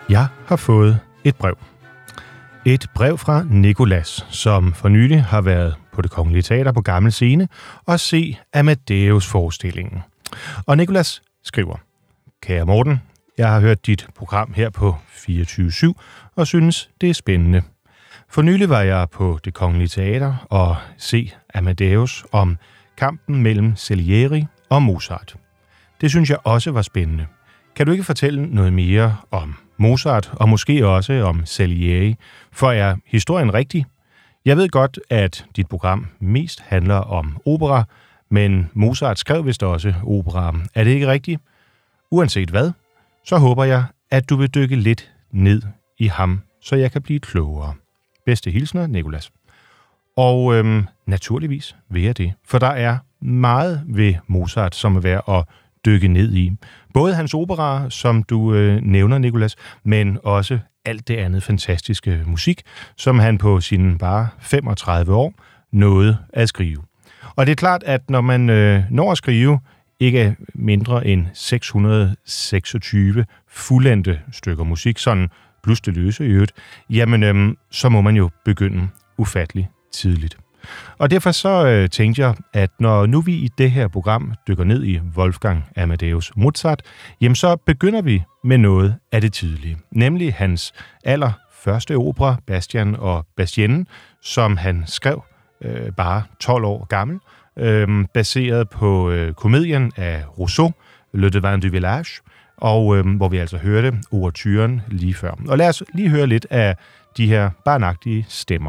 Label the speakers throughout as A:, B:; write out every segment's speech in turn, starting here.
A: Jeg har fået et brev. Et brev fra Nicolas, som for nylig har været på Det Kongelige Teater på Gammel Scene og se Amadeus-forestillingen. Og Nicolas skriver: Kære Morten, jeg har hørt dit program her på 24/7 og synes, det er spændende. For nylig var jeg på Det Kongelige Teater og se Amadeus om kampen mellem Salieri og Mozart. Det synes jeg også var spændende. Kan du ikke fortælle noget mere om Mozart og måske også om Salieri? For er historien rigtig? Jeg ved godt, at dit program mest handler om opera, men Mozart skrev vist også opera. Er det ikke rigtigt? Uanset hvad, så håber jeg, at du vil dykke lidt ned i ham, så jeg kan blive klogere. Bedste hilsner, Nicolas. Og naturligvis vil jeg det, for der er meget ved Mozart, som er værd at dykke ned i. Både hans operaer, som du nævner, Nicolas, men også alt det andet fantastiske musik, som han på sine bare 35 år nåede at skrive. Og det er klart, at når man når at skrive ikke mindre end 626 fuldendte stykker musik, sådan plus det løse i øvrigt, jamen så må man jo begynde ufattelig tidligt. Og derfor så tænkte jeg, at når nu vi i det her program dykker ned i Wolfgang Amadeus Mozart, jamen så begynder vi med noget af det tidlige, nemlig hans allerførste opera, Bastian og Bastienne, som han skrev bare 12 år gammel, baseret på komedien af Rousseau, Le Devin du Village, og hvor vi altså hørte ouverturen lige før. Og lad os lige høre lidt af de her barnagtige stemmer.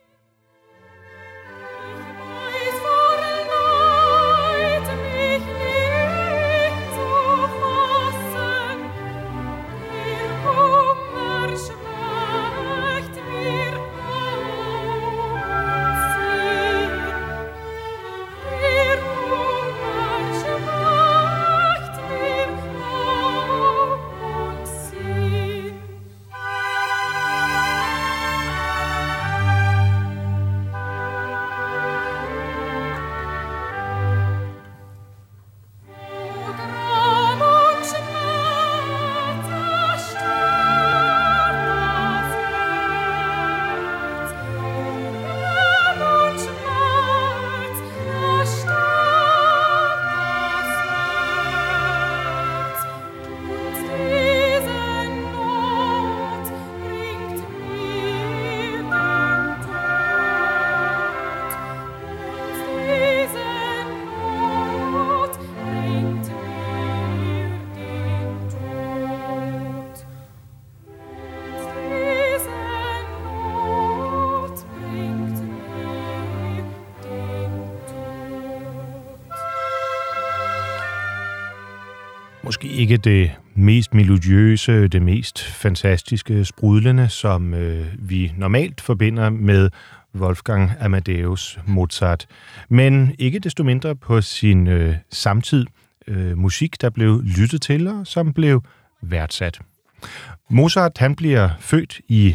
A: Måske ikke det mest melodiøse, det mest fantastiske, sprudlende, som vi normalt forbinder med Wolfgang Amadeus Mozart. Men ikke desto mindre på sin samtid musik, der blev lyttet til og som blev værdsat. Mozart, han bliver født i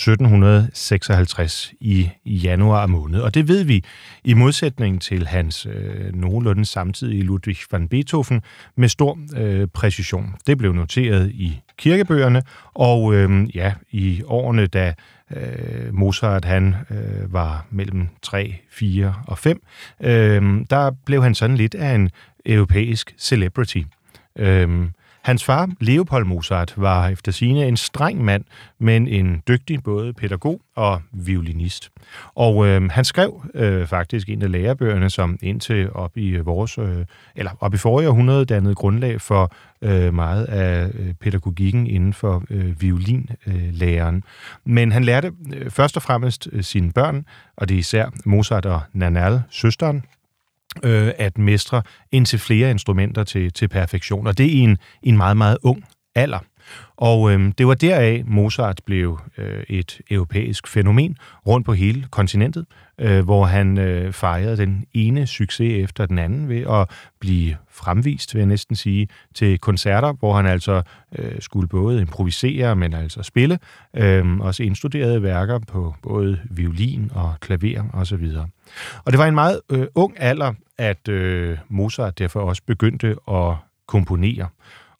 A: 1756 i januar måned, og det ved vi i modsætning til hans nogenlunde samtidige Ludwig van Beethoven med stor præcision. Det blev noteret i kirkebøgerne, og i årene, da Mozart han var mellem 3, 4 og 5, der blev han sådan lidt af en europæisk celebrity. Hans far, Leopold Mozart, var efter sigende en streng mand, men en dygtig både pædagog og violinist. Og han skrev faktisk en af lærebøgerne, som indtil op i forrige århundrede dannede grundlag for meget af pædagogikken inden for violinlæren. Men han lærte først og fremmest sine børn, og det er især Mozart og Nannerl, søsteren, at mestre indtil flere instrumenter til perfektion, og det er i en meget, meget ung alder. Og det var deraf, Mozart blev et europæisk fænomen rundt på hele kontinentet, hvor han fejrede den ene succes efter den anden ved at blive fremvist, vil jeg næsten sige, til koncerter, hvor han altså skulle både improvisere, men altså spille, også indstuderede værker på både violin og klaver osv. Og det var en meget ung alder, at Mozart derfor også begyndte at komponere.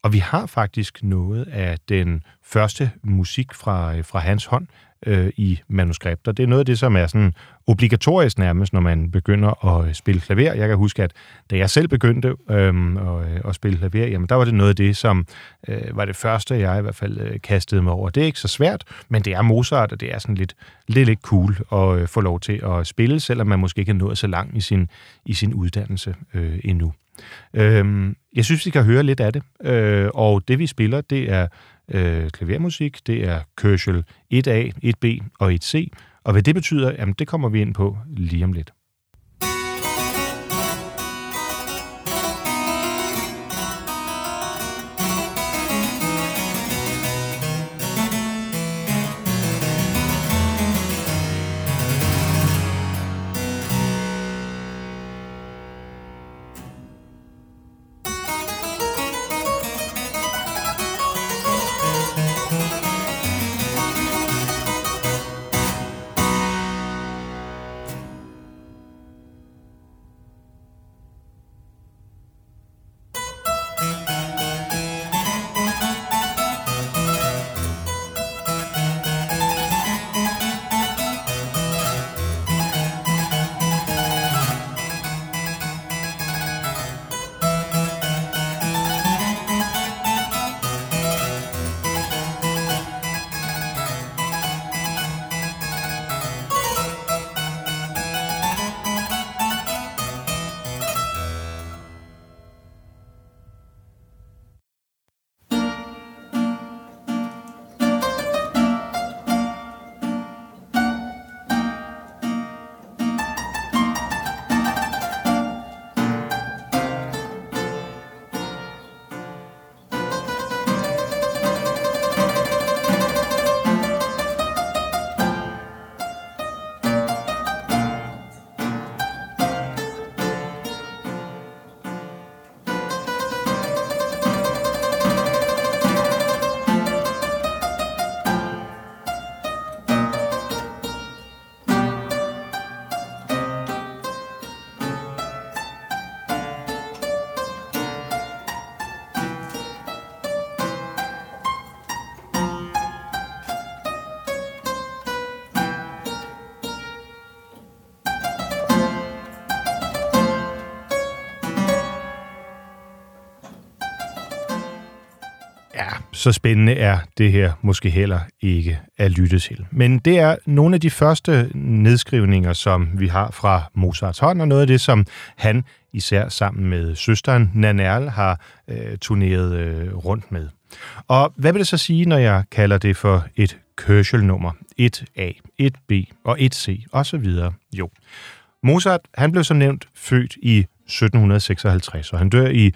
A: Og vi har faktisk noget af den første musik fra hans hånd i manuskripter. Det er noget af det, som er sådan obligatorisk nærmest, når man begynder at spille klaver. Jeg kan huske, at da jeg selv begyndte at spille klaver, jamen der var det noget af det, som var det første, jeg i hvert fald kastede mig over. Det er ikke så svært, men det er Mozart, og det er sådan lidt cool at få lov til at spille, selvom man måske ikke er nået så langt i sin uddannelse endnu. Jeg synes, vi kan høre lidt af det, og det vi spiller, det er klavermusik, det er Köchel 1A, 1B og 1C, og hvad det betyder, jamen det kommer vi ind på lige om lidt. Så spændende er det her måske heller ikke at lytte til. Men det er nogle af de første nedskrivninger, som vi har fra Mozarts hånd, og noget af det, som han især sammen med søsteren Nannerl har turneret rundt med. Og hvad vil det så sige, når jeg kalder det for et Köchel-nummer? 1A, 1B og 1C osv.? Jo, Mozart, han blev som nævnt født i 1756, og han dør i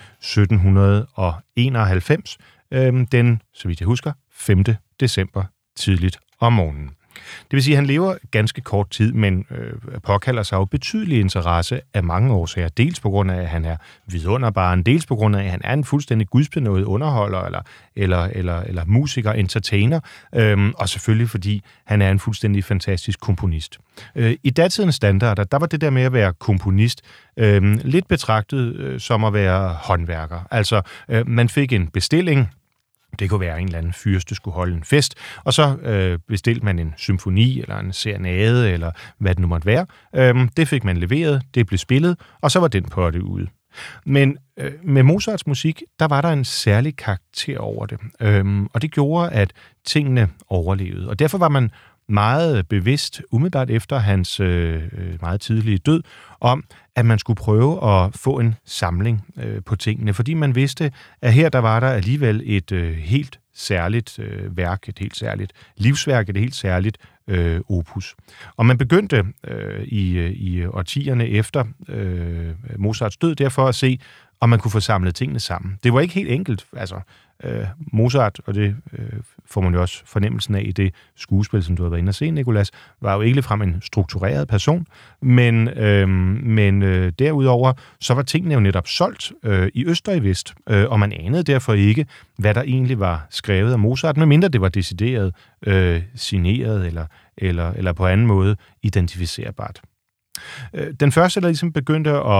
A: 1791, den, så vidt jeg husker, 5. december tidligt om morgenen. Det vil sige, at han lever ganske kort tid, men påkalder sig jo betydelig interesse af mange årsager. Dels på grund af, at han er vidunderbarn, dels på grund af, at han er en fuldstændig gudsbenådet underholder eller musiker, entertainer, og selvfølgelig fordi han er en fuldstændig fantastisk komponist. I datidens standarder, der var det der med at være komponist lidt betragtet som at være håndværker. Altså, man fik en bestilling. Det kunne være, at en eller anden fyrste skulle holde en fest, og så bestilte man en symfoni, eller en serenade, eller hvad det nu måtte være. Det fik man leveret, det blev spillet, og så var den på det ude. Men med Mozarts musik, der var der en særlig karakter over det, og det gjorde, at tingene overlevede. Og derfor var man meget bevidst, umiddelbart efter hans meget tidlige død, om, at man skulle prøve at få en samling på tingene, fordi man vidste, at her der var der alligevel et helt særligt værk, et helt særligt livsværk, et helt særligt opus. Og man begyndte i årtierne efter Mozarts død derfor at se, om man kunne få samlet tingene sammen. Det var ikke helt enkelt, altså Mozart, og det får man jo også fornemmelsen af i det skuespil, som du har været inde at se, Nicolas, var jo ikke ligefrem en struktureret person, men derudover, så var tingene jo netop solgt i øst og i vest, og man anede derfor ikke, hvad der egentlig var skrevet af Mozart, medmindre det var decideret, signeret eller på anden måde identificerbart. Den første, der ligesom begyndte at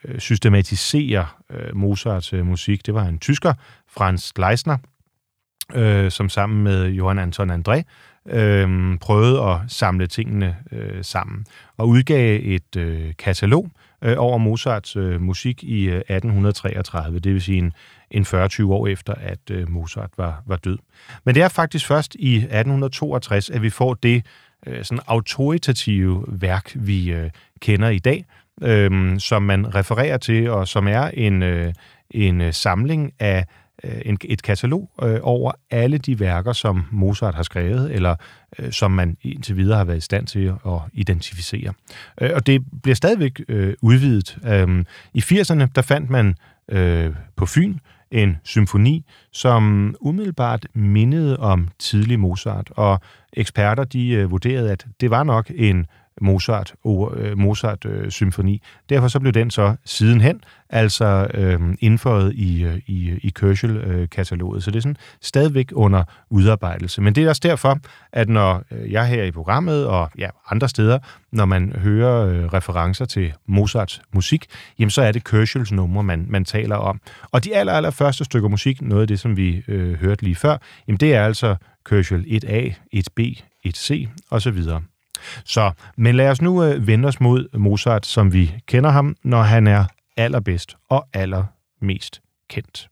A: systematisere Mozarts musik. Det var en tysker, Franz Leisner, som sammen med Johann Anton André prøvede at samle tingene sammen og udgav et katalog over Mozarts musik i 1833, det vil sige en 40-20 år efter, at Mozart var død. Men det er faktisk først i 1862, at vi får det sådan autoritative værk, vi kender i dag, som man refererer til, og som er en samling af et katalog over alle de værker, som Mozart har skrevet, eller som man indtil videre har været i stand til at identificere. Og det bliver stadigvæk udvidet. I 80'erne, der fandt man på Fyn en symfoni, som umiddelbart mindede om tidlig Mozart, og eksperter de vurderede, at det var nok en Mozart-symfoni. Derfor så blev den så sidenhen altså indføjet i Köchel-kataloget. Så det er sådan stadigvæk under udarbejdelse. Men det er også derfor, at når jeg her i programmet og andre steder, når man hører referencer til Mozarts musik, jamen så er det Köchels numre, man taler om. Og de allerførste stykker musik, noget af det, som vi hørte lige før, jamen det er altså Köchel 1A, 1B, 1C osv. Så, men lad os nu vende os mod Mozart, som vi kender ham, når han er allerbedst og allermest kendt.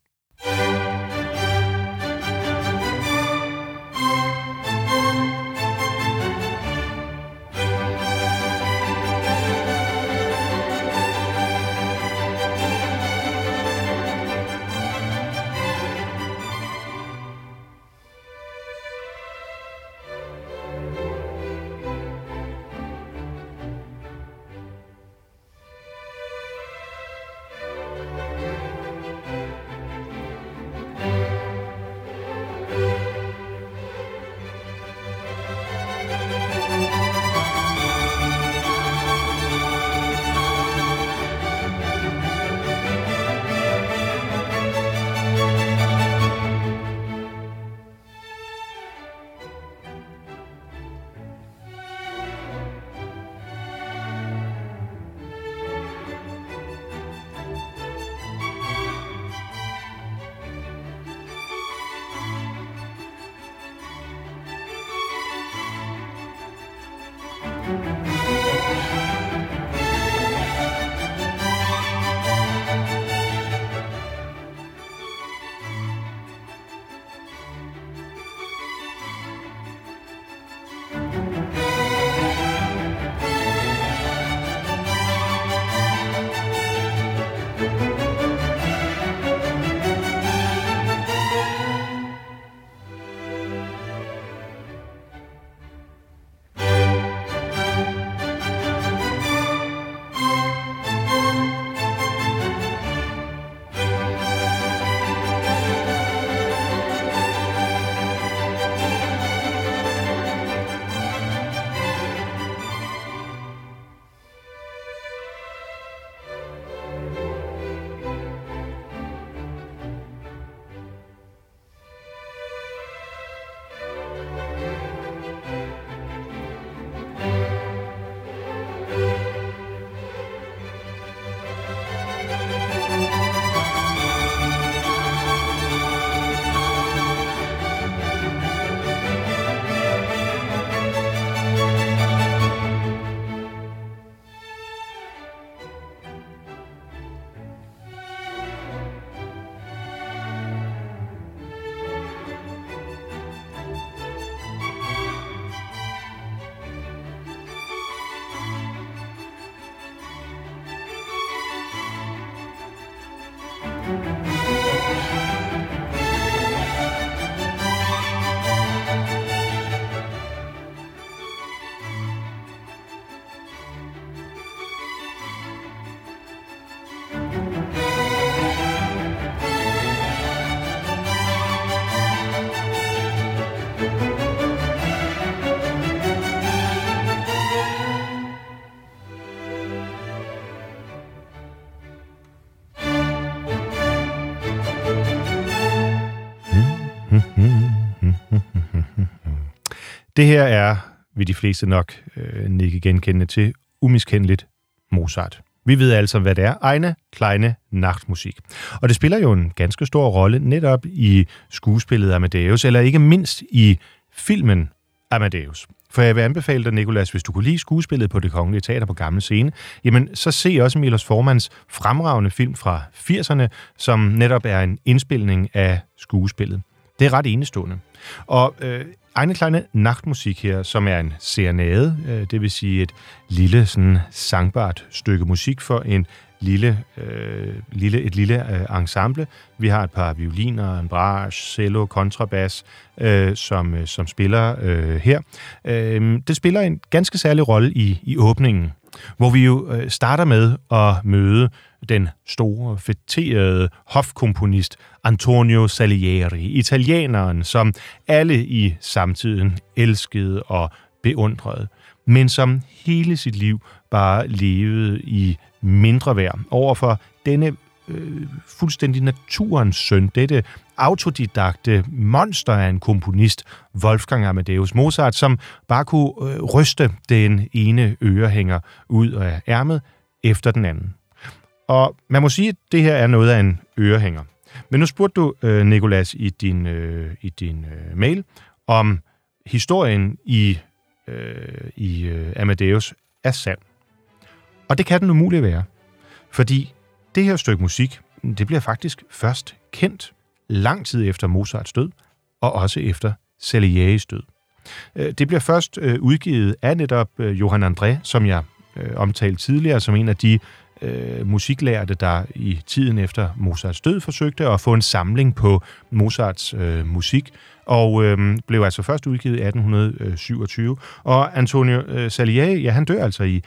A: Det her er, vil de fleste nok nikke genkendende til, umiskendeligt Mozart. Vi ved altså, hvad det er. Eine kleine Nachtmusik. Og det spiller jo en ganske stor rolle netop i skuespillet Amadeus, eller ikke mindst i filmen Amadeus. For jeg vil anbefale dig, Nicolas, hvis du kunne lide skuespillet på Det Kongelige Teater på Gammel Scene, jamen så se også Milos Formans fremragende film fra 80'erne, som netop er en indspilning af skuespillet. Det er ret enestående. Og Eine kleine Nachtmusik her, som er en serenade, det vil sige et lille sådan sangbart stykke musik for en lille ensemble. Vi har et par violiner, en bras, cello, kontrabas, som spiller her. Det spiller en ganske særlig rolle i åbningen, hvor vi jo starter med at møde den store, fætterede hofkomponist Antonio Salieri, italieneren, som alle i samtiden elskede og beundrede, men som hele sit liv bare levede i mindre værd overfor denne fuldstændig naturens søn, dette autodidakte monster af en komponist, Wolfgang Amadeus Mozart, som bare kunne ryste den ene ørehænger ud af ærmet efter den anden. Og man må sige, at det her er noget af en ørehænger. Men nu spurgte du, Nicolas, i din mail, om historien i Amadeus er sand. Og det kan den umuligt være. Fordi det her stykke musik, det bliver faktisk først kendt lang tid efter Mozarts død, og også efter Salieris død. Det bliver først udgivet af netop Johann André, som jeg omtalte tidligere, som en af de musiklærte, der i tiden efter Mozarts død forsøgte at få en samling på Mozarts musik, og blev altså først udgivet i 1827. Og Antonio Salieri, ja, han dør altså i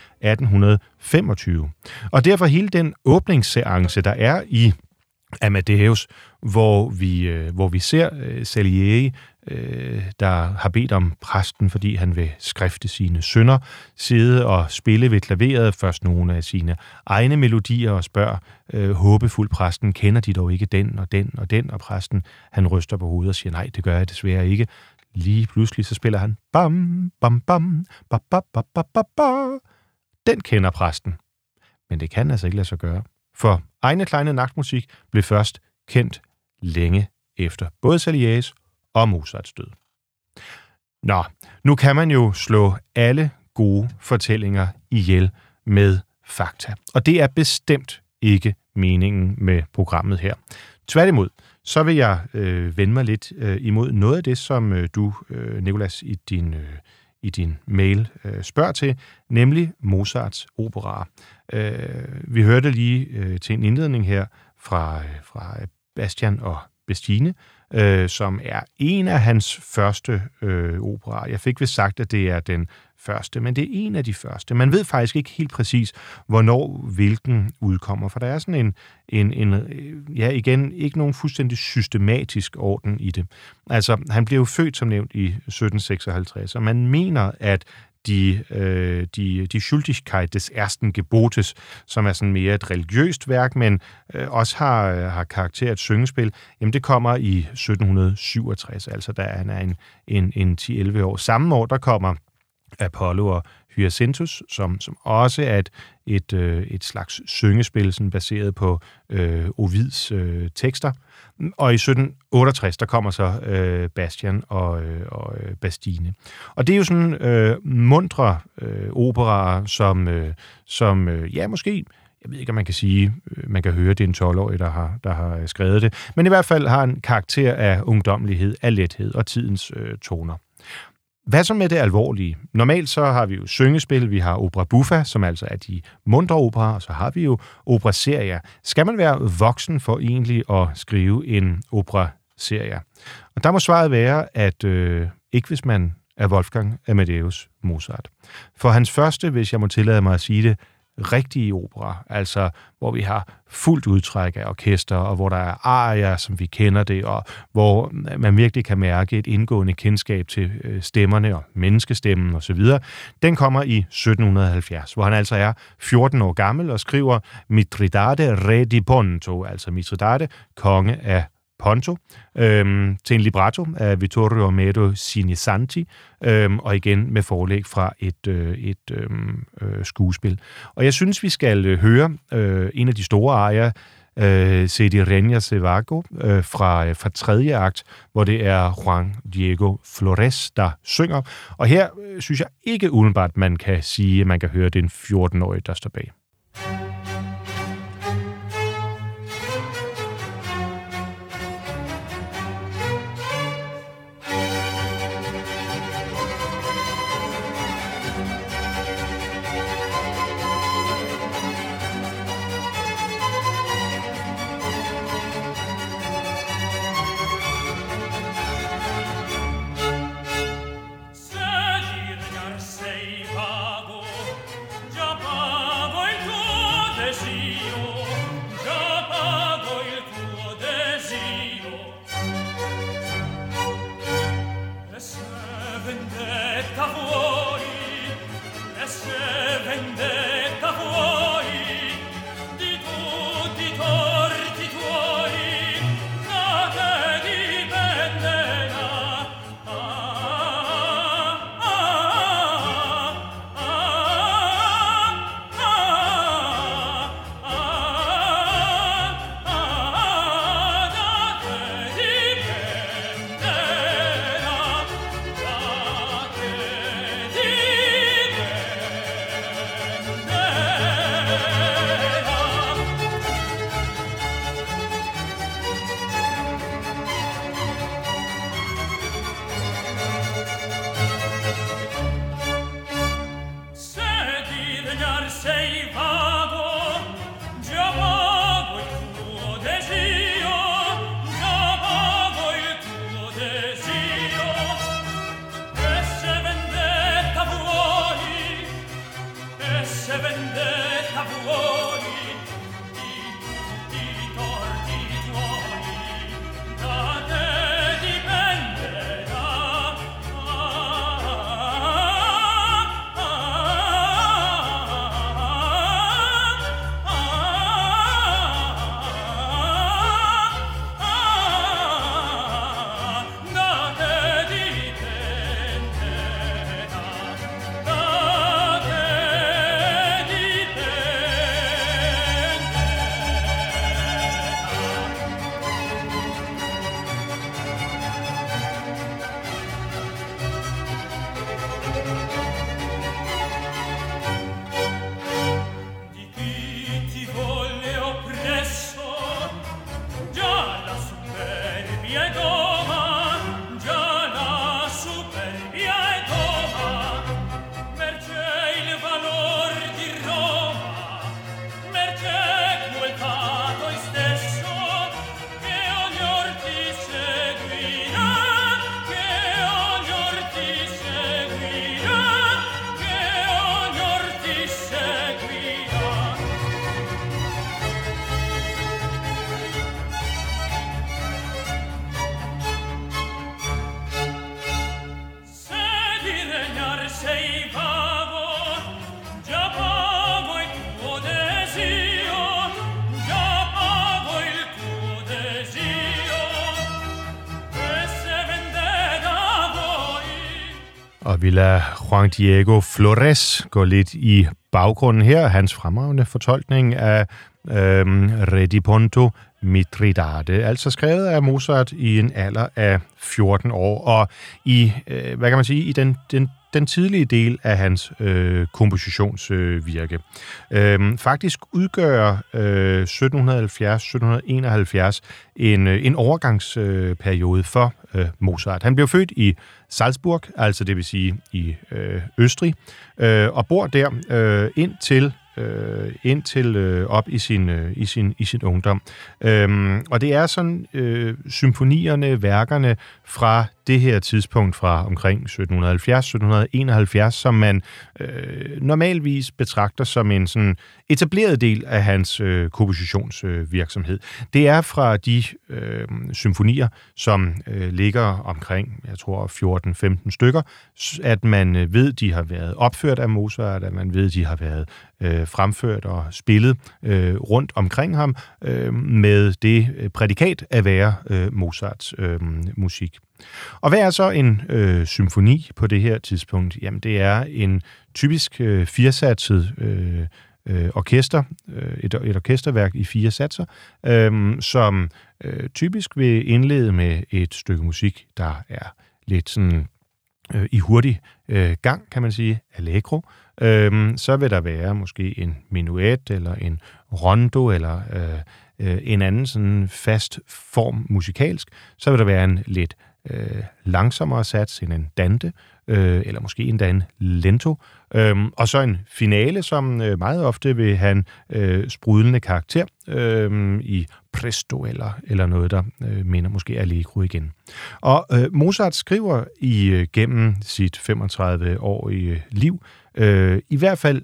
A: 1825. Og derfor hele den åbningsseance, der er i Amadeus, hvor vi ser Salieri, der har bedt om præsten, fordi han vil skrifte sine synder, sidde og spille ved klaveret først nogle af sine egne melodier og spørger håbefuld præsten, kender de dog ikke den og den og den? Og præsten, han ryster på hovedet og siger, nej, det gør jeg desværre ikke. Lige pludselig så spiller han bam, bam, bam, ba, ba, ba, ba, ba, ba. Den kender præsten. Men det kan altså ikke lade sig gøre. For Eine kleine Nachtmusik blev først kendt længe efter både Salieris og Mozarts død. Nå, nu kan man jo slå alle gode fortællinger ihjel med fakta. Og det er bestemt ikke meningen med programmet her. Tværtimod, så vil jeg vende mig lidt imod noget af det, som du, Nicolas, i din mail spørger til, nemlig Mozarts operaer. Vi hørte lige til en indledning her fra Bastian og Bestine, som er en af hans første operaer. Jeg fik vist sagt, at det er den første, men det er en af de første. Man ved faktisk ikke helt præcis, hvornår hvilken udkommer, for der er sådan igen, ikke nogen fuldstændig systematisk orden i det. Altså, han blev jo født, som nævnt, i 1756, og man mener, at die Schuldigkeit des ersten Gebotes, som er sådan mere et religiøst værk, men også har karakter af et syngespil, jamen det kommer i 1767, altså da han er en 10-11 år. Samme år, der kommer Apollo og Hyacinthus, som også er et slags syngespil, sådan baseret på Ovids tekster. Og i 1768, der kommer så Bastian og Bastine. Og det er jo sådan muntre operaer, som måske, jeg ved ikke, om man kan sige, man kan høre, det er en 12-årig, der har skrevet det, men i hvert fald har en karakter af ungdommelighed, af lethed og tidens toner. Hvad så med det alvorlige? Normalt så har vi jo syngespil, vi har opera buffa, som altså er de muntre operaer, og så har vi jo opera-serier. Skal man være voksen for egentlig at skrive en opera-serie? Og der må svaret være, at ikke hvis man er Wolfgang Amadeus Mozart. For hans første, hvis jeg må tillade mig at sige det, rigtige opera, altså hvor vi har fuldt udtræk af orkester, og hvor der er arier, som vi kender det, og hvor man virkelig kan mærke et indgående kendskab til stemmerne og menneskestemmen osv., den kommer i 1770, hvor han altså er 14 år gammel og skriver Mithridate re di Ponto, altså Mithridate, konge af Ponto, til en libretto af Vittorio Amedeo Sinissanti, og igen med forlæg fra et skuespil. Og jeg synes, vi skal høre en af de store arier, Se di Regna se Vago, fra tredje akt, hvor det er Juan Diego Flores, der synger. Og her synes jeg ikke umiddelbart, man kan sige, at man kan høre, det er en 14-årig, der står bag. Og vi lader Juan Diego Flores gå lidt i baggrunden her. Hans fremragende fortolkning af Rediponto Mithridate, altså skrevet af Mozart i en alder af 14 år. Og i, hvad kan man sige, i den tidlige del af hans kompositionsvirke. Faktisk udgør 1770-1771 en overgangsperiode for Mozart. Han blev født i Salzburg, altså det vil sige i Østrig, og bor der indtil op i sin ungdom. Og det er sådan symfonierne, værkerne fra det her tidspunkt fra omkring 1770-1771, som man normalvis betragter som en sådan etableret del af hans kompositionsvirksomhed. Det er fra de symfonier, som ligger omkring, jeg tror, 14-15 stykker, at man ved, de har været opført af Mozart, at man ved, de har været fremført og spillet rundt omkring ham med det prædikat at være Mozarts musik. Og hvad er så en symfoni på det her tidspunkt? Jamen, det er en typisk firesatset orkester, et orkesterværk i 4 satser, som typisk vil indlede med et stykke musik, der er lidt sådan i hurtig gang, kan man sige, allegro. Så vil der være måske en minuet, eller en rondo, eller en anden sådan fast form musikalsk. Så vil der være en lidt langsommere sats, en andante, eller måske endda en lento. Og så en finale, som meget ofte vil have en sprudlende karakter i presto, eller noget, der minder måske allegro igen. Og Mozart skriver igennem sit 35-årige liv i hvert fald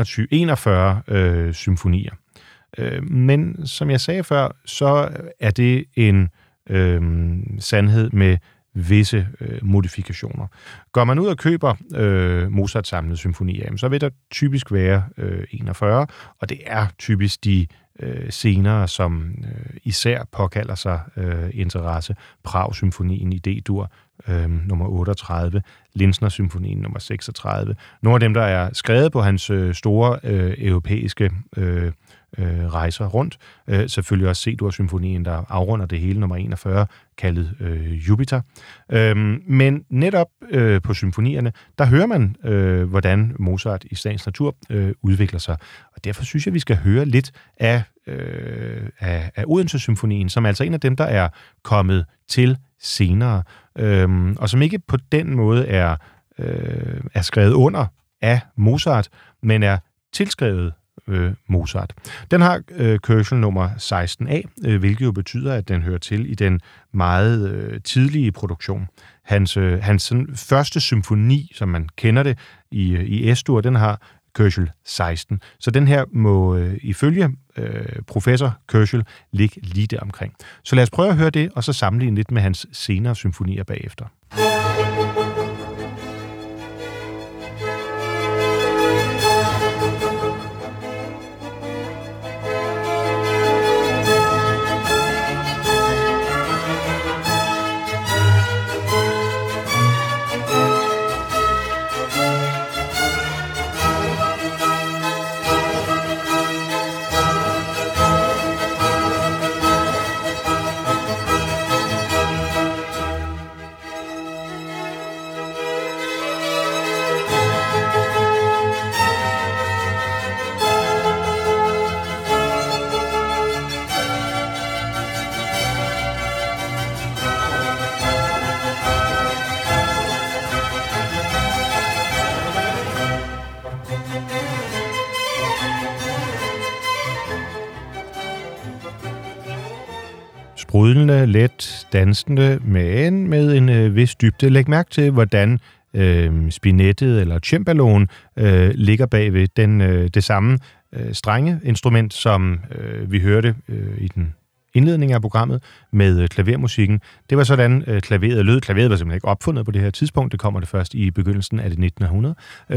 A: 41 symfonier. Men som jeg sagde før, så er det en sandhed med visse modifikationer. Går man ud og køber Mozart samlede symfonier, så vil der typisk være 41, og det er typisk de scener, som især påkalder sig interesse. Prag-symfonien i D-dur, nummer 38, Lindner-symfonien nummer 36. Nogle af dem, der er skrevet på hans store europæiske rejser rundt. Selvfølgelig også C-dur-symfonien, der afrunder det hele, nummer 41, kaldet Jupiter. Men netop på symfonierne, der hører man, hvordan Mozart i sagens natur udvikler sig. Og derfor synes jeg, vi skal høre lidt af Odense-symfonien, som er altså en af dem, der er kommet til senere, og som ikke på den måde er skrevet under af Mozart, men er tilskrevet Mozart. Den har kørsel nummer 16a, hvilket jo betyder, at den hører til i den meget tidlige produktion. Hans sådan, første symfoni, som man kender det i S-dur, den har kørsel 16. Så den her må ifølge professor Köchel ligge lige der omkring. Så lad os prøve at høre det, og så sammenligne lidt med hans senere symfonier bagefter. Sprudlende, let, dansende, men med en vis dybde. Læg mærke til, hvordan spinettet eller cembaloen ligger bagved det samme strenge instrument, som vi hørte i den indledning af programmet med klavermusikken. Det var sådan, klaveret lød. Klaveret var simpelthen ikke opfundet på det her tidspunkt. Det kommer det først i begyndelsen af det 1900.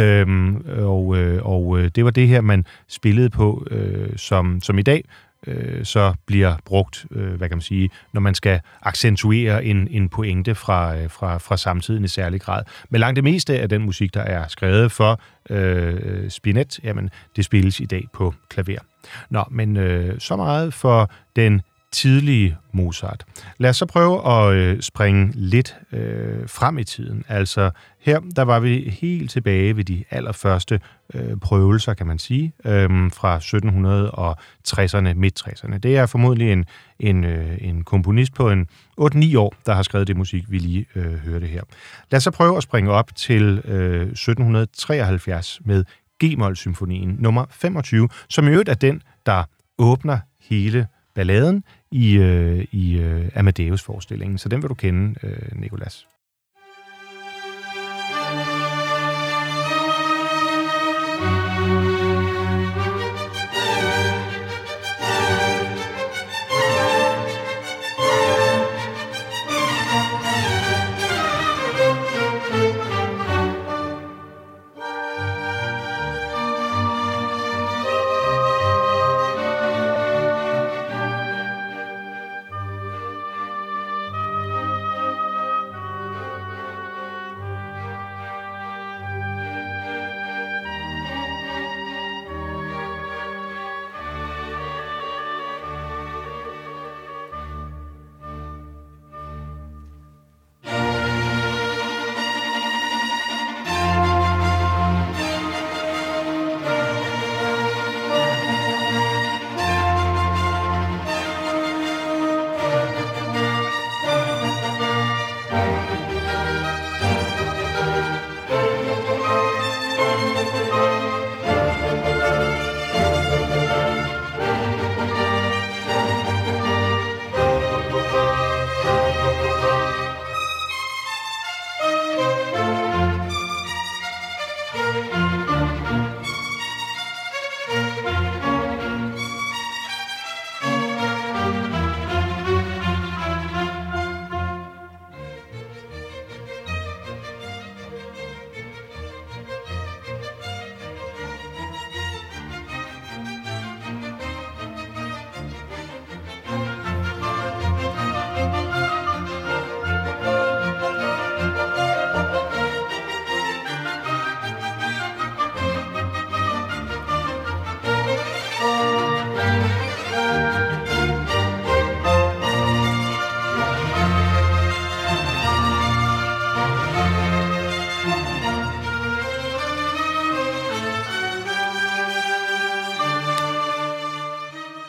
A: Og det var det her, man spillede på, som i dag så bliver brugt, hvad kan man sige, når man skal accentuere en pointe fra samtiden i særlig grad. Men langt det meste af den musik, der er skrevet for spinet, jamen, det spilles i dag på klaver. Nå, men så meget for den tidlige Mozart. Lad os så prøve at springe lidt frem i tiden. Altså her, der var vi helt tilbage ved de allerførste prøvelser, kan man sige, fra 1760'erne, midt-60'erne. Det er formodentlig en komponist på en 8-9 år, der har skrevet det musik, vi lige hørte her. Lad os så prøve at springe op til 1773 med G-mol-symfonien nummer 25, som i øvrigt er den, der åbner hele balladen i Amadeus-forestillingen. Så den vil du kende, Nicolas.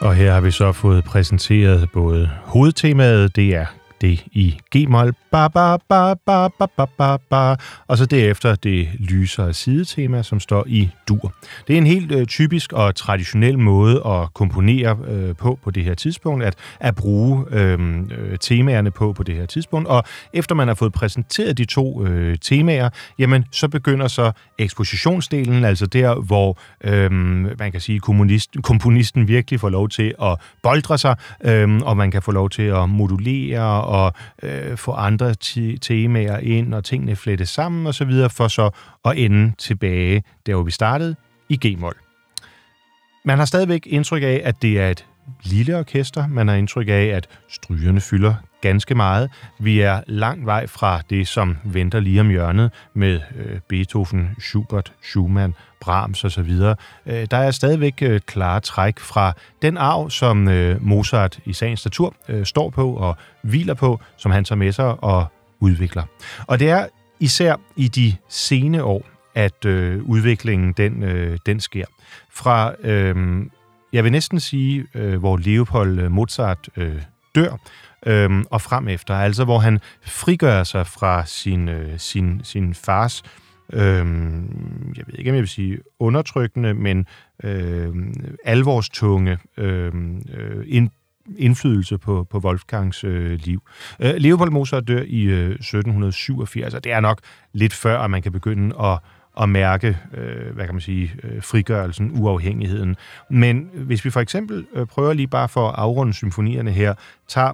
A: Og her har vi så fået præsenteret både hovedtemaet, det er det i G-mol, ba, ba, ba, ba, ba, ba, ba, ba, og så derefter det lysere sidetema, som står i dur. Det er en helt typisk og traditionel måde at komponere på det her tidspunkt, at bruge temaerne på det her tidspunkt, og efter man har fået præsenteret de to temaer, jamen så begynder så ekspositionsdelen, altså der, hvor man kan sige, komponisten virkelig får lov til at boldre sig, og man kan få lov til at modulere og få andre temaer ind, og tingene flettes sammen og så videre, for så at ende tilbage, der hvor vi startede, i G-mol. Man har stadigvæk indtryk af, at det er et lille orkester. Man har indtryk af, at strygerne fylder ganske meget. Vi er langt vej fra det, som venter lige om hjørnet med Beethoven, Schubert, Schumann, Brahms osv. Der er stadigvæk klare træk fra den arv, som Mozart i sagens natur står på og hviler på, som han tager med sig og udvikler. Og det er især i de sene år, at udviklingen den sker. Fra, jeg vil næsten sige, hvor Leopold Mozart dør, og frem efter, altså hvor han frigør sig fra sin fars, jeg ved ikke, om jeg vil sige undertrykkende, men alvorstunge indflydelse på Wolfgangs liv. Leopold Mozart dør i 1787, og det er nok lidt før, at man kan begynde at mærke, hvad kan man sige, frigørelsen, uafhængigheden. Men hvis vi for eksempel prøver lige bare for at afrunde symfonierne her, tager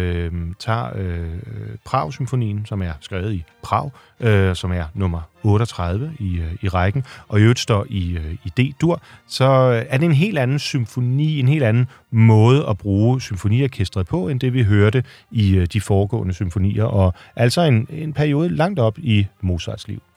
A: Prag-symfonien, som er skrevet i Prag, som er nummer 38 i rækken, og i øvrigt står i D-dur, så er det en helt anden symfoni, en helt anden måde at bruge symfoniorkestret på, end det vi hørte i de foregående symfonier, og altså en periode langt op i Mozarts liv.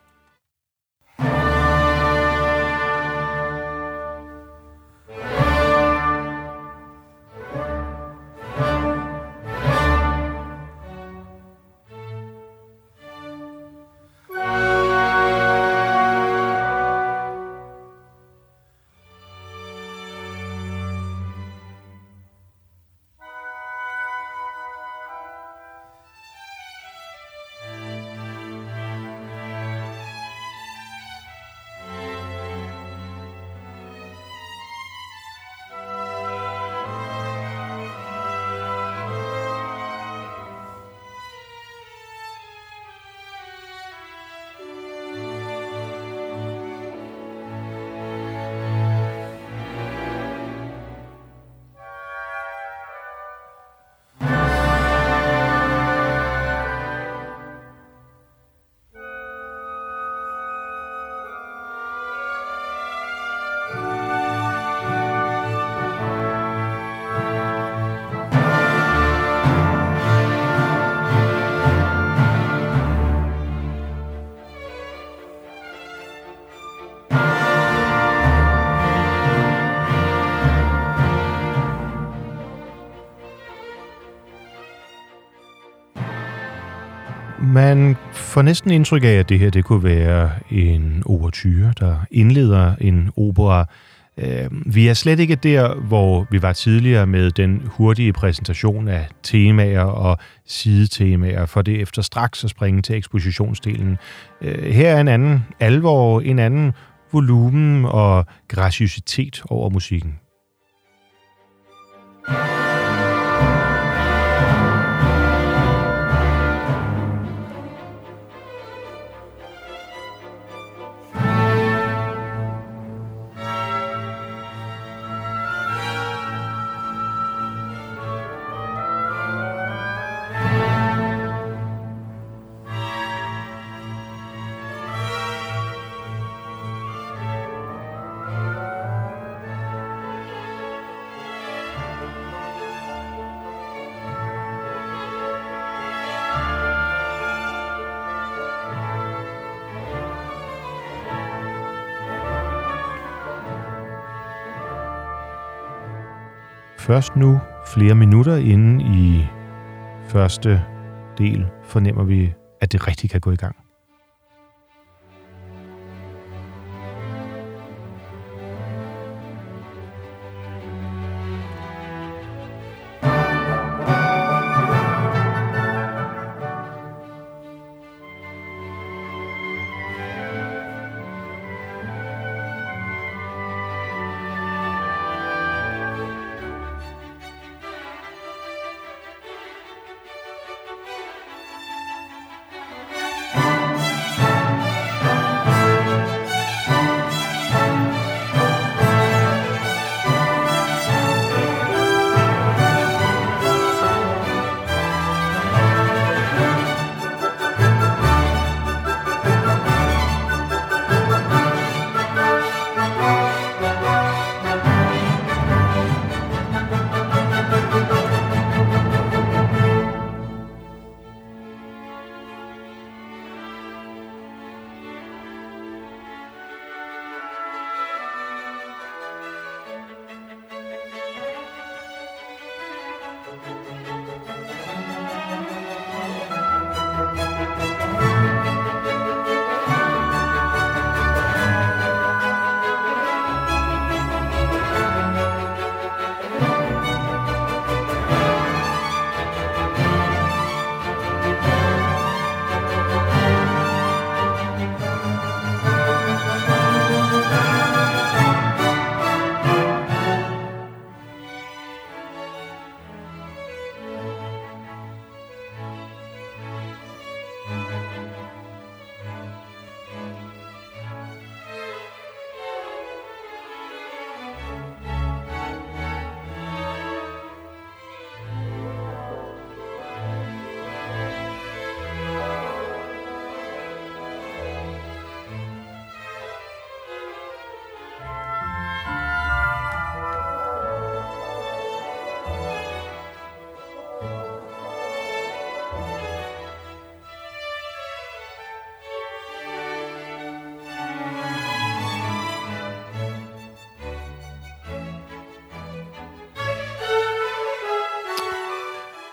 A: Man får næsten indtryk af, at det her det kunne være en ouverture, der indleder en opera. Vi er slet ikke der, hvor vi var tidligere med den hurtige præsentation af temaer og sidetemaer, for det efter straks at springe til ekspositionsdelen. Her er en anden alvor, en anden volumen og graciøsitet over musikken. Først nu, flere minutter inde i første del, fornemmer vi, at det rigtig kan gå i gang.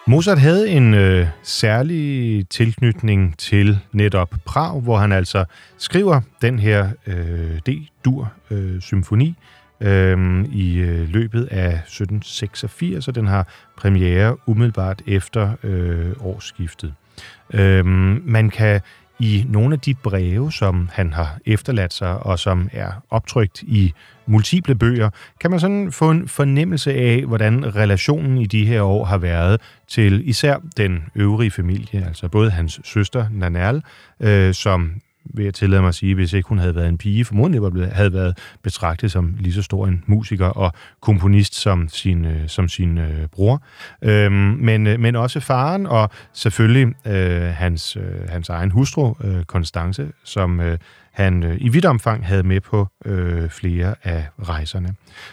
A: Mozart havde en særlig tilknytning til netop Prag, hvor han altså skriver den her D-dur-symfoni i løbet af 1786, og den har premiere umiddelbart efter årsskiftet. Man kan i nogle af de breve, som han har efterladt sig, og som er optrykt i multiple bøger, kan man sådan få en fornemmelse af, hvordan relationen i de her år har været til især den øvrige familie, altså både hans søster Nannerl, som vil jeg tillade mig at sige, hvis ikke hun havde været en pige, formodentlig havde været betragtet som lige så stor en musiker og komponist som sin bror. Men også faren, og selvfølgelig hans egen hustru, Constance, som han i vidt omfang havde med på flere af rejserne.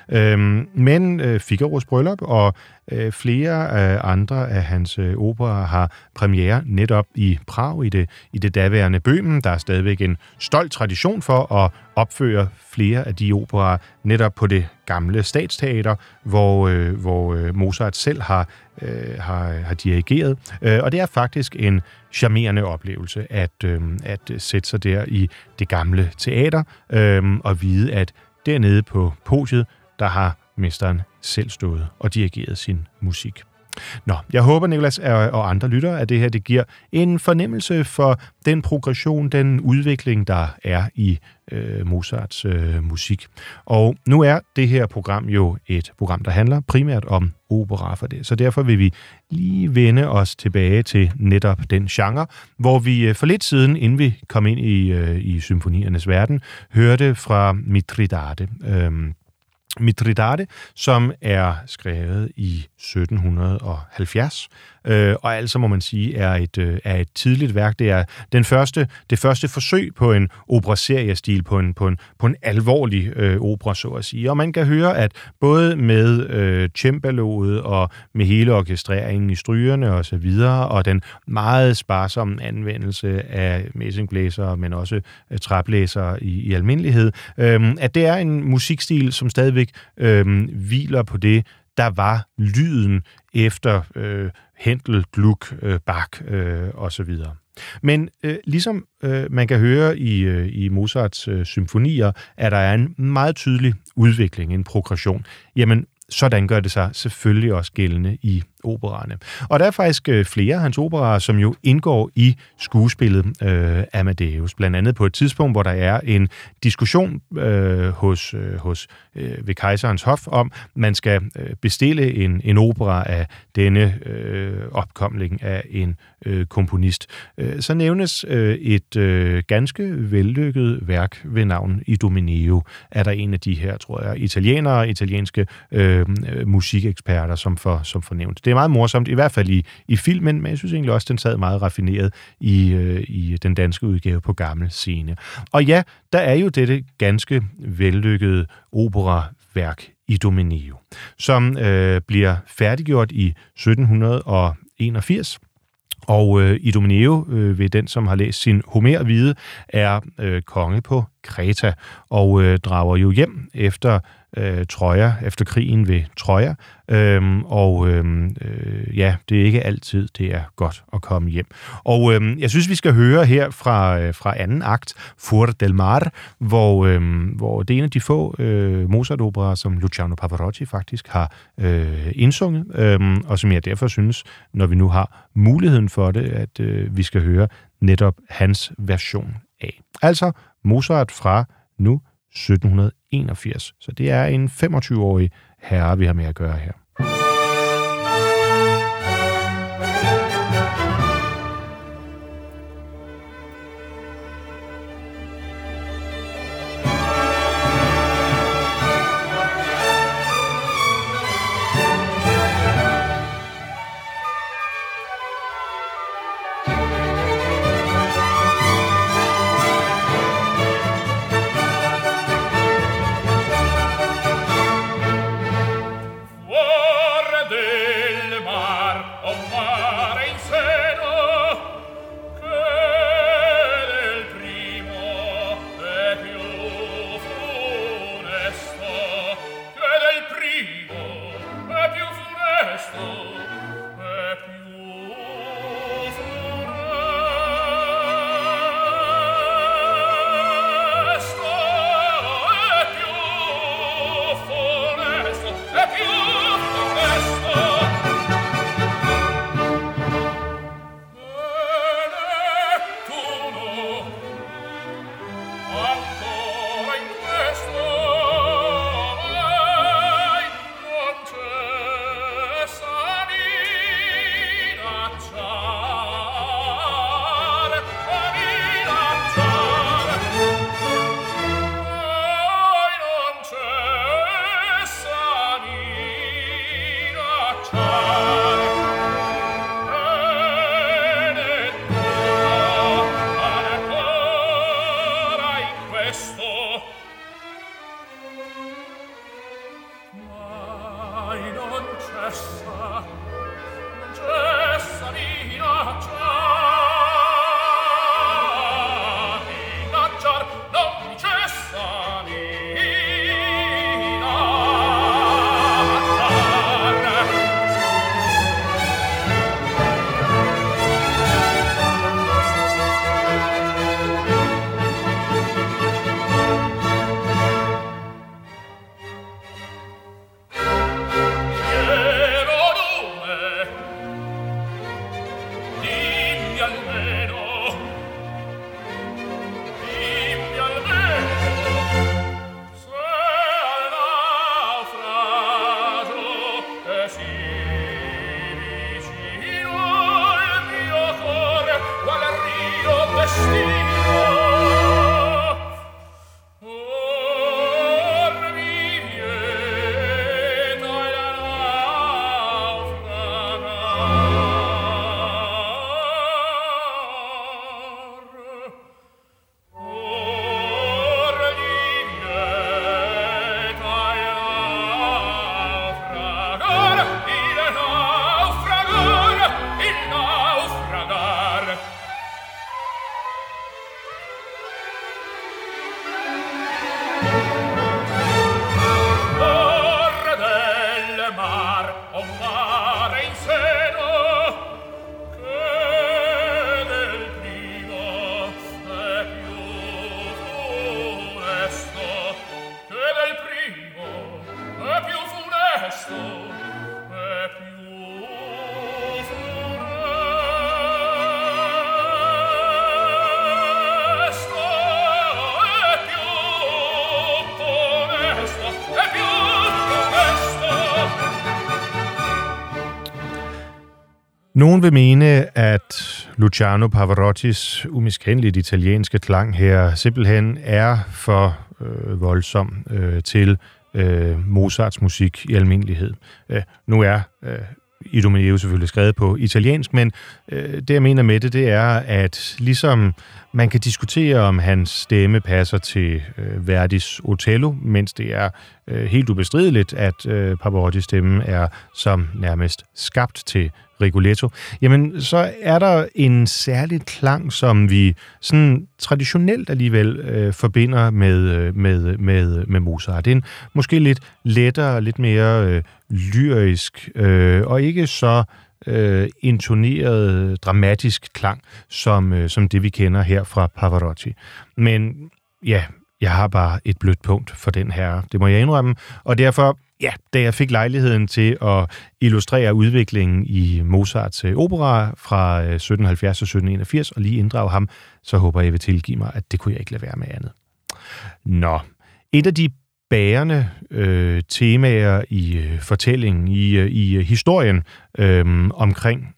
A: Men Figaros bryllup og flere andre af hans operaer har premiere netop i Prag, i det daværende Bøhmen. Der er stadigvæk en stolt tradition for at opføre flere af de operaer netop på det gamle Statsteater, hvor Mozart selv har dirigeret. Og det er faktisk en charmerende oplevelse at sætte sig der i det gamle teater og vide, at dernede på podiet, der har mesteren selv stået og dirigeret sin musik. Nå, jeg håber, Nicolas og andre lyttere, at det her det giver en fornemmelse for den progression, den udvikling, der er i Mozarts musik. Og nu er det her program jo et program, der handler primært om opera for det. Så derfor vil vi lige vende os tilbage til netop den genre, hvor vi for lidt siden, inden vi kom ind i symfoniernes verden, hørte fra Mithridate. Mithridate, som er skrevet i 1770, og altså må man sige er et tidligt værk. Det er det første forsøg på en operaseriestil, på en alvorlig opera, så at sige. Og man kan høre, at både med cembaloet og med hele orkestreringen i strygerne og så videre, og den meget sparsomme anvendelse af messingblæsere, men også træblæsere i almindelighed, at det er en musikstil, som stadigvæk hviler på det, der var lyden efter Händel, Gluck, Bach og så videre. Men ligesom man kan høre i Mozarts symfonier, at der er en meget tydelig udvikling, en progression. Jamen, sådan gør det sig selvfølgelig også gældende i operaerne. Og der er faktisk flere af hans operaer, som jo indgår i skuespillet Amadeus. Blandt andet på et tidspunkt, hvor der er en diskussion ved kejserens hof om, man skal bestille en opera af denne opkomling af en komponist. Så nævnes et ganske vellykket værk ved navn Idomeneo. Er der en af de her, tror jeg, italienske musikeksperter, som får nævnt. Det er meget morsomt, i hvert fald i filmen, men jeg synes egentlig også, den sad meget raffineret i den danske udgave på gammel scene. Og ja, der er jo dette ganske vellykkede operaværk Idomeneo, som bliver færdiggjort i 1781. Og Idomeneo, ved den, som har læst sin Homer vide, er konge på Kreta og drager jo hjem efter Troja, efter krigen ved Troja. Ja, det er ikke altid, det er godt at komme hjem. Og jeg synes, vi skal høre her fra anden akt, Fuor del Mar, hvor det er en af de få Mozart-operer, som Luciano Pavarotti faktisk har indsunget, og som jeg derfor synes, når vi nu har muligheden for det, at vi skal høre netop hans version af. Altså Mozart fra nu 1781. Så det er en 25-årig herre, vi har med at gøre her.
B: Whoa!
A: Nogen vil mene, at Luciano Pavarottis umiskendeligt italienske klang her simpelthen er for voldsom til Mozarts musik i almindelighed. Nu er Idomeneo selvfølgelig skrevet på italiensk, men det jeg mener med det er, at ligesom man kan diskutere, om hans stemme passer til Verdis Otello, mens det er helt ubestrideligt, at Pavarottis stemme er som nærmest skabt til Rigoletto, jamen så er der en særlig klang, som vi sådan traditionelt alligevel forbinder med Mozart. Det er en måske lidt lettere, lidt mere lyrisk og ikke så intoneret, dramatisk klang, som det vi kender her fra Pavarotti. Men ja, jeg har bare et blødt punkt for den her, det må jeg indrømme, og derfor, ja, da jeg fik lejligheden til at illustrere udviklingen i Mozarts opera fra 1770 til 1781, og lige inddrage ham, så håber jeg vil tilgive mig, at det kunne jeg ikke lade være med andet. Nå, et af de bærende temaer i fortællingen, i historien omkring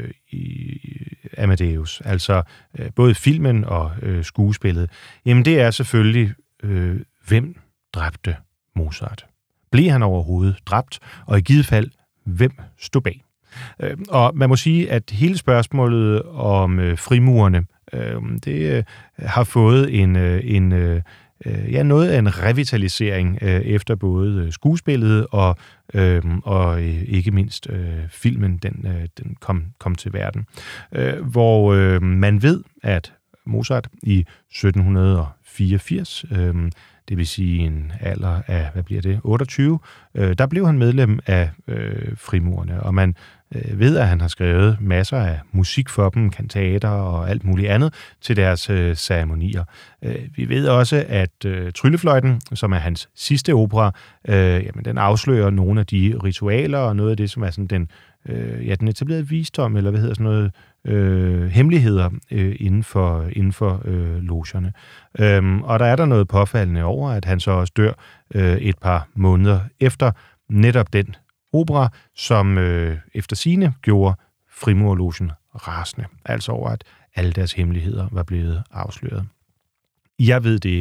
A: Amadeus, altså både filmen og skuespillet, jamen det er selvfølgelig, hvem dræbte Mozart? Blev han overhovedet dræbt? Og i givet fald, hvem stod bag? Og man må sige, at hele spørgsmålet om frimurerne, det har fået noget af en revitalisering efter både skuespillet og ikke mindst filmen, den kom til verden. Hvor man ved, at Mozart i 1784, det vil sige en alder af, 28, der blev han medlem af frimurerne, og man ved, at han har skrevet masser af musik for dem, kantater og alt muligt andet til deres ceremonier. Vi ved også, at Tryllefløjten, som er hans sidste opera, jamen, den afslører nogle af de ritualer og noget af det, som er sådan den etablerede visdom, eller hvad hedder sådan noget, hemmeligheder inden for logerne. Og der er der noget påfaldende over, at han så også dør et par måneder efter netop den opera, som efter sigende gjorde frimurerlogen rasende. Altså over, at alle deres hemmeligheder var blevet afsløret. Jeg ved det ikke,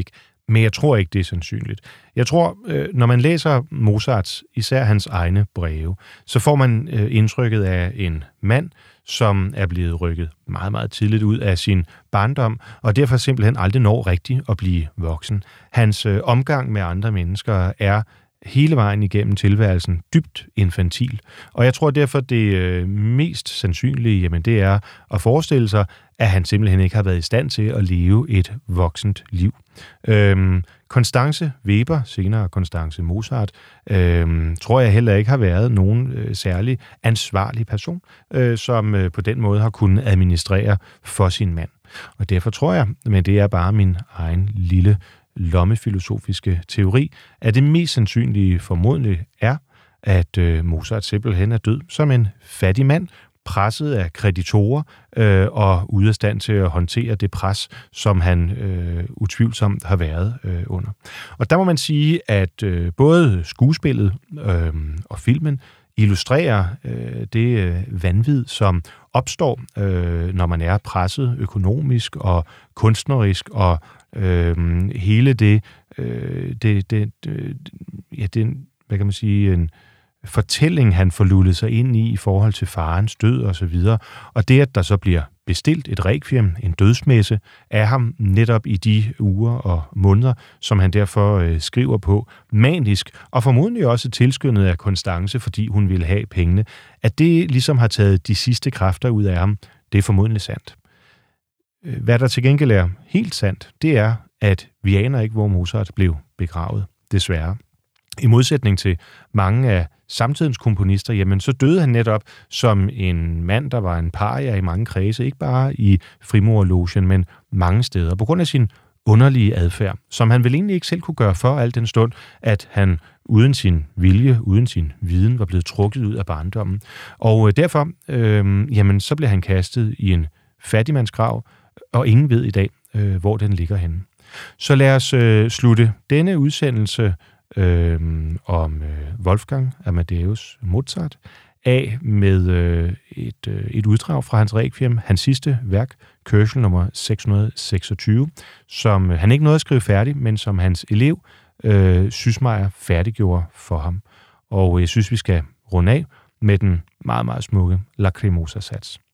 A: Men jeg tror ikke, det er sandsynligt. Jeg tror, når man læser Mozarts, især hans egne breve, så får man indtrykket af en mand, som er blevet rykket meget, meget tidligt ud af sin barndom, og derfor simpelthen aldrig når rigtigt at blive voksen. Hans omgang med andre mennesker er hele vejen igennem tilværelsen dybt infantil. Og jeg tror derfor, det mest sandsynlige, jamen, det er at forestille sig, at han simpelthen ikke har været i stand til at leve et voksent liv. Constance Weber, senere Constance Mozart, tror jeg heller ikke har været nogen særlig ansvarlig person, som på den måde har kunnet administrere for sin mand. Og derfor tror jeg, men det er bare min egen lille lommefilosofiske teori, at det mest sandsynlige formodentlig er, at Mozart simpelthen er død som en fattig mand, presset af kreditorer og ude af stand til at håndtere det pres, som han utvivlsomt har været under. Og der må man sige, at både skuespillet og filmen illustrerer det vanvid, som opstår, når man er presset økonomisk og kunstnerisk, og hele det hvad kan man sige, en fortælling, han får lullet sig ind i forhold til farens død og så videre. Og det, at der så bliver bestilt et rekviem, en dødsmesse, af ham netop i de uger og måneder, som han derfor skriver på manisk, og formodentlig også tilskyndet af Constance, fordi hun ville have pengene. At det ligesom har taget de sidste kræfter ud af ham, det er formodentlig sandt. Hvad der til gengæld er helt sandt, det er, at vi aner ikke, hvor Mozart blev begravet, desværre. I modsætning til mange af samtidens komponister, jamen så døde han netop som en mand, der var en paria i mange kredse, ikke bare i frimurerlogen, men mange steder, på grund af sin underlige adfærd, som han vel egentlig ikke selv kunne gøre for al den stund, at han uden sin vilje, uden sin viden, var blevet trukket ud af barndommen. Og derfor, jamen så blev han kastet i en fattigmandsgrav, og ingen ved i dag, hvor den ligger henne. Så lad os slutte denne udsendelse om Wolfgang Amadeus Mozart af med et uddrag fra hans Requiem, hans sidste værk, Kørsel nummer 626, som han ikke nåede at skrive færdig, men som hans elev Süssmayr færdiggjorde for ham. Og jeg synes, vi skal runde af med den meget, meget smukke Lacrimosa-sats.